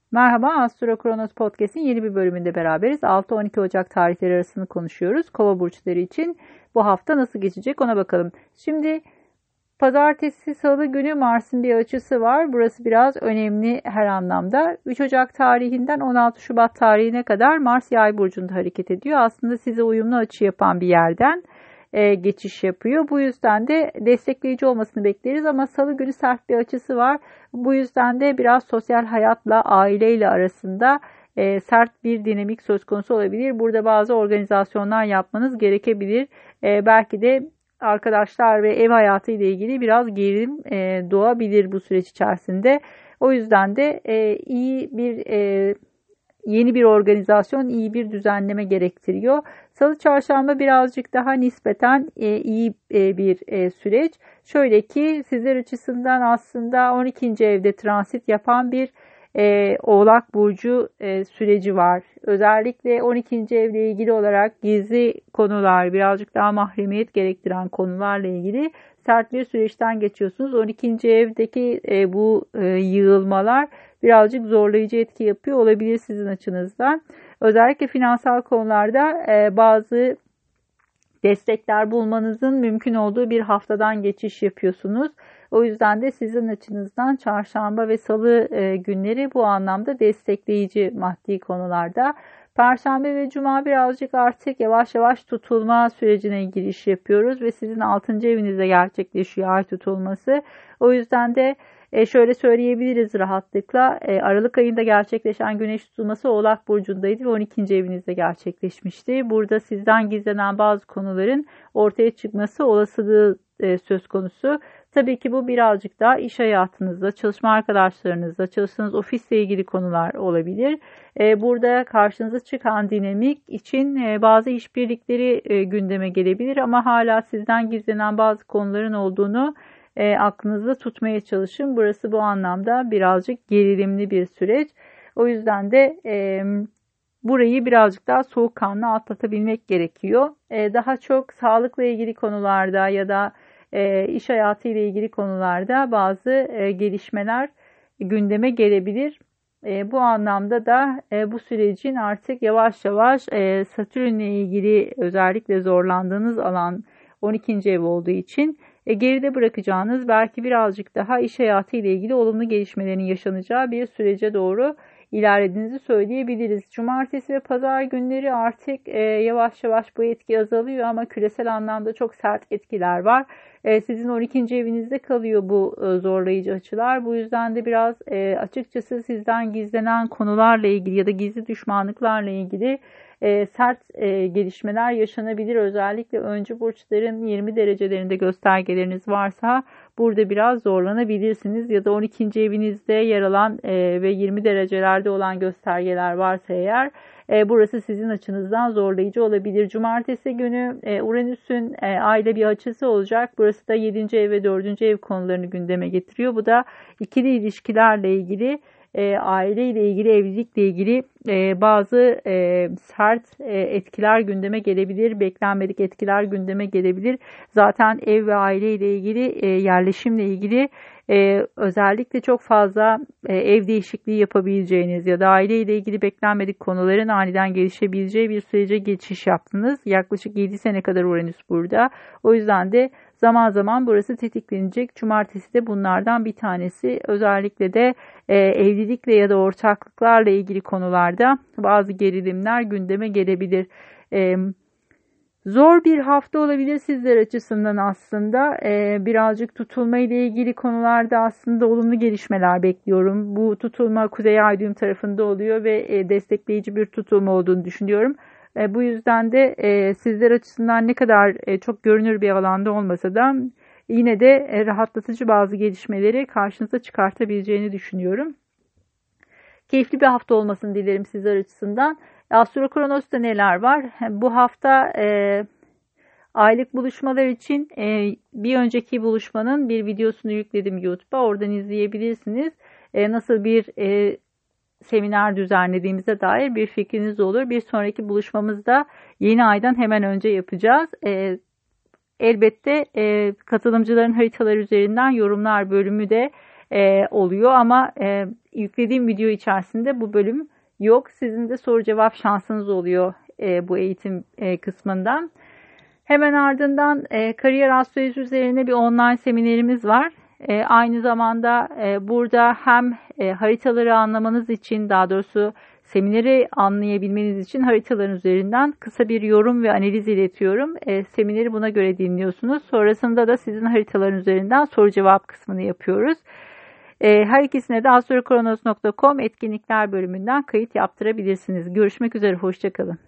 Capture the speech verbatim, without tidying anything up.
Merhaba, Astro Kronos Podcast'in yeni bir bölümünde beraberiz. altı on iki Ocak tarihleri arasını konuşuyoruz. Kova burçları için bu hafta nasıl geçecek ona bakalım. Şimdi pazartesi, salı günü Mars'ın bir açısı var. Burası biraz önemli her anlamda. üç Ocak tarihinden on altı Şubat tarihine kadar Mars Yay burcunda hareket ediyor. Aslında size uyumlu açı yapan bir yerden e, geçiş yapıyor. Bu yüzden de destekleyici olmasını bekleriz ama salı günü sert bir açısı var. Bu yüzden de biraz sosyal hayatla, aileyle arasında e, sert bir dinamik söz konusu olabilir. Burada bazı organizasyonlar yapmanız gerekebilir. E, belki de arkadaşlar ve ev hayatı ile ilgili biraz gerilim e, doğabilir bu süreç içerisinde. O yüzden de e, iyi bir e, yeni bir organizasyon, iyi bir düzenleme gerektiriyor. Salı çarşamba birazcık daha nispeten e, iyi e, bir e, süreç. Şöyle ki sizler açısından aslında on ikinci evde transit yapan bir e, Oğlak Burcu e, süreci var. Özellikle on ikinci evle ilgili olarak gizli konular, birazcık daha mahremiyet gerektiren konularla ilgili sert bir süreçten geçiyorsunuz. on ikinci evdeki e, bu e, yığılmalar birazcık zorlayıcı etki yapıyor olabilir sizin açınızdan. Özellikle finansal konularda e, bazı destekler bulmanızın mümkün olduğu bir haftadan geçiş yapıyorsunuz. O yüzden de sizin açınızdan çarşamba ve salı e, günleri bu anlamda destekleyici maddi konularda. Perşembe ve cuma birazcık artık yavaş yavaş tutulma sürecine giriş yapıyoruz ve sizin altıncı evinizde gerçekleşiyor ay tutulması. O yüzden de e, şöyle söyleyebiliriz rahatlıkla. E, Aralık ayında gerçekleşen güneş tutulması Oğlak Burcu'ndaydı ve on ikinci evinizde gerçekleşmişti. Burada sizden gizlenen bazı konuların ortaya çıkması olasılığı e, söz konusu. Tabii ki bu birazcık daha iş hayatınızda, çalışma arkadaşlarınızla, çalıştığınız ofisle ilgili konular olabilir. E, burada karşınıza çıkan dinamik için e, bazı işbirlikleri e, gündeme gelebilir ama hala sizden gizlenen bazı konuların olduğunu E, aklınızda tutmaya çalışın. Burası bu anlamda birazcık gerilimli bir süreç. O yüzden de e, burayı birazcık daha soğukkanlı atlatabilmek gerekiyor. E, daha çok sağlıkla ilgili konularda ya da e, iş hayatı ile ilgili konularda bazı e, gelişmeler gündeme gelebilir. E, bu anlamda da e, bu sürecin artık yavaş yavaş e, Satürn'le ilgili özellikle zorlandığınız alan on ikinci ev olduğu için e, geride bırakacağınız belki birazcık daha iş hayatı ile ilgili olumlu gelişmelerin yaşanacağı bir sürece doğru ilerlediğinizi söyleyebiliriz. Cumartesi ve pazar günleri artık e, yavaş yavaş bu etki azalıyor ama küresel anlamda çok sert etkiler var. E, sizin on ikinci evinizde kalıyor bu e, zorlayıcı açılar. Bu yüzden de biraz e, açıkçası sizden gizlenen konularla ilgili ya da gizli düşmanlıklarla ilgili e, sert e, gelişmeler yaşanabilir. Özellikle öncü burçların yirmi derecelerinde göstergeleriniz varsa burada biraz zorlanabilirsiniz ya da on ikinci evinizde yer alan e, ve yirmi derecelerde olan göstergeler varsa eğer e, burası sizin açınızdan zorlayıcı olabilir. Cumartesi günü e, Uranüs'ün e, ayda bir açısı olacak. Burası da yedinci ev ve dördüncü ev konularını gündeme getiriyor. Bu da ikili ilişkilerle ilgili e, aileyle ilgili, evlilikle ilgili e, bazı e, sert e, etkiler gündeme gelebilir, beklenmedik etkiler gündeme gelebilir. Zaten ev ve aile ile ilgili, e, yerleşimle ilgili e, özellikle çok fazla e, ev değişikliği yapabileceğiniz ya da aile ile ilgili beklenmedik konuların aniden gelişebileceği bir sürece geçiş yaptınız. Yaklaşık yedi sene kadar Uranüs burada. O yüzden de zaman zaman burası tetiklenecek. Cumartesi de bunlardan bir tanesi. Özellikle de e, evlilikle ya da ortaklıklarla ilgili konularda bazı gerilimler gündeme gelebilir. E, Zor bir hafta olabilir sizler açısından aslında. Ee, birazcık tutulma ile ilgili konularda aslında olumlu gelişmeler bekliyorum. Bu tutulma Kuzey Ay düğüm tarafında oluyor ve e, destekleyici bir tutulma olduğunu düşünüyorum. E, bu yüzden de e, sizler açısından ne kadar e, çok görünür bir alanda olmasa da yine de e, rahatlatıcı bazı gelişmeleri karşınıza çıkartabileceğini düşünüyorum. Keyifli bir hafta olmasını dilerim sizler açısından. Astro Kronos'ta neler var? Bu hafta e, aylık buluşmalar için e, bir önceki buluşmanın bir videosunu yükledim YouTube'a. Oradan izleyebilirsiniz. E, nasıl bir e, seminer düzenlediğimize dair bir fikriniz olur. Bir sonraki buluşmamızda yeni aydan hemen önce yapacağız. E, elbette e, katılımcıların haritalar üzerinden yorumlar bölümü de e, oluyor ama e, yüklediğim video içerisinde bu bölüm yok. Sizin de soru cevap şansınız oluyor e, bu eğitim e, kısmından. Hemen ardından e, kariyer astroloji üzerine bir online seminerimiz var. E, aynı zamanda e, burada hem e, haritaları anlamanız için, daha doğrusu semineri anlayabilmeniz için haritaların üzerinden kısa bir yorum ve analiz iletiyorum. E, semineri buna göre dinliyorsunuz. Sonrasında da sizin haritaların üzerinden soru cevap kısmını yapıyoruz. E, her ikisine de astrokronos nokta com etkinlikler bölümünden kayıt yaptırabilirsiniz. Görüşmek üzere, hoşça kalın.